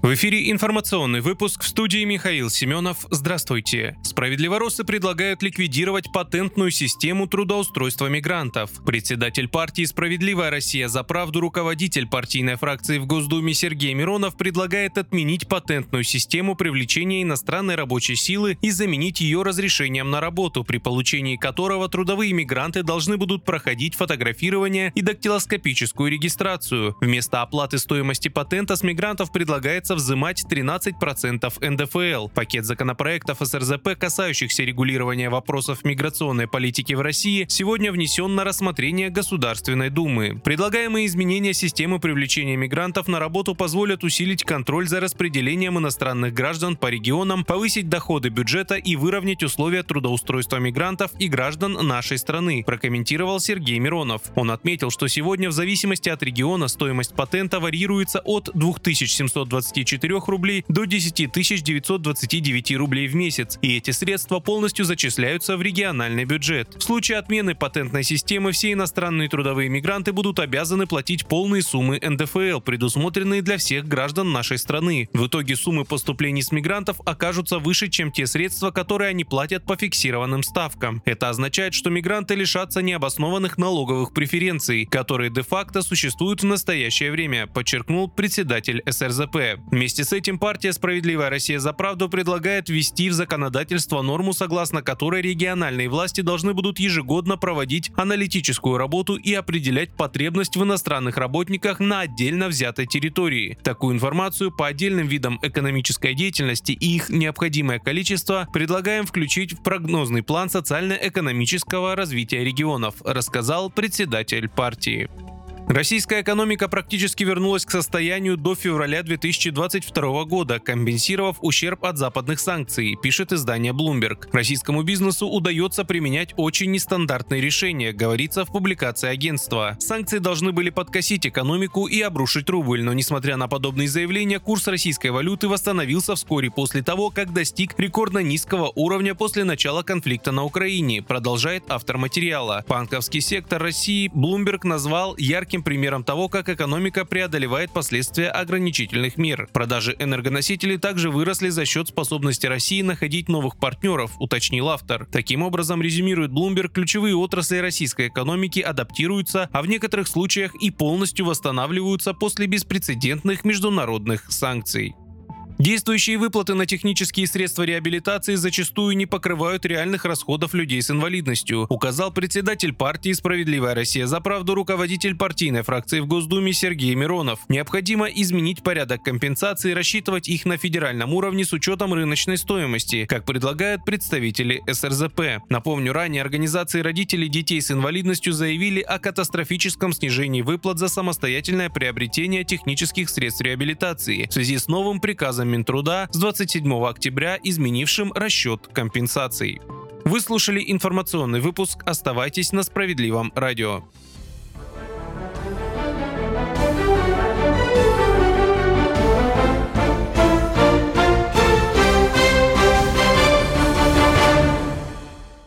В эфире информационный выпуск, в студии Михаил Семенов. Здравствуйте. Справедливоросы предлагают ликвидировать патентную систему трудоустройства мигрантов. Председатель партии «Справедливая Россия за правду», руководитель партийной фракции в Госдуме Сергей Миронов предлагает отменить патентную систему привлечения иностранной рабочей силы и заменить ее разрешением на работу, при получении которого трудовые мигранты должны будут проходить фотографирование и дактилоскопическую регистрацию. Вместо оплаты стоимости патента с мигрантов предлагается взимать 13% НДФЛ. Пакет законопроектов СРЗП, касающихся регулирования вопросов миграционной политики в России, сегодня внесен на рассмотрение Государственной Думы. Предлагаемые изменения системы привлечения мигрантов на работу позволят усилить контроль за распределением иностранных граждан по регионам, повысить доходы бюджета и выровнять условия трудоустройства мигрантов и граждан нашей страны, прокомментировал Сергей Миронов. Он отметил, что сегодня в зависимости от региона стоимость патента варьируется от 2724 рублей до 10 929 рублей в месяц, и эти средства полностью зачисляются в региональный бюджет. В случае отмены патентной системы все иностранные трудовые мигранты будут обязаны платить полные суммы НДФЛ, предусмотренные для всех граждан нашей страны. В итоге суммы поступлений с мигрантов окажутся выше, чем те средства, которые они платят по фиксированным ставкам. Это означает, что мигранты лишатся необоснованных налоговых преференций, которые де-факто существуют в настоящее время, подчеркнул председатель СРЗП. Вместе с этим партия «Справедливая Россия за правду» предлагает ввести в законодательство норму, согласно которой региональные власти должны будут ежегодно проводить аналитическую работу и определять потребность в иностранных работниках на отдельно взятой территории. Такую информацию по отдельным видам экономической деятельности и их необходимое количество предлагаем включить в прогнозный план социально-экономического развития регионов, рассказал председатель партии. Российская экономика практически вернулась к состоянию до февраля 2022 года, компенсировав ущерб от западных санкций, пишет издание Bloomberg. Российскому бизнесу удается применять очень нестандартные решения, говорится в публикации агентства. Санкции должны были подкосить экономику и обрушить рубль, но несмотря на подобные заявления, курс российской валюты восстановился вскоре после того, как достиг рекордно низкого уровня после начала конфликта на Украине, продолжает автор материала. Банковский сектор России Bloomberg назвал ярким примером того, как экономика преодолевает последствия ограничительных мер. Продажи энергоносителей также выросли за счет способности России находить новых партнеров, уточнил автор. Таким образом, резюмирует Bloomberg, ключевые отрасли российской экономики адаптируются, а в некоторых случаях и полностью восстанавливаются после беспрецедентных международных санкций. Действующие выплаты на технические средства реабилитации зачастую не покрывают реальных расходов людей с инвалидностью, указал председатель партии «Справедливая Россия за правду», руководитель партийной фракции в Госдуме Сергей Миронов. Необходимо изменить порядок компенсации и рассчитывать их на федеральном уровне с учетом рыночной стоимости, как предлагают представители СРЗП. Напомню, ранее организации родителей детей с инвалидностью заявили о катастрофическом снижении выплат за самостоятельное приобретение технических средств реабилитации в связи с новым приказом Минтруда с 27 октября, изменившим расчет компенсаций. Вы слушали информационный выпуск. Оставайтесь на Справедливом радио.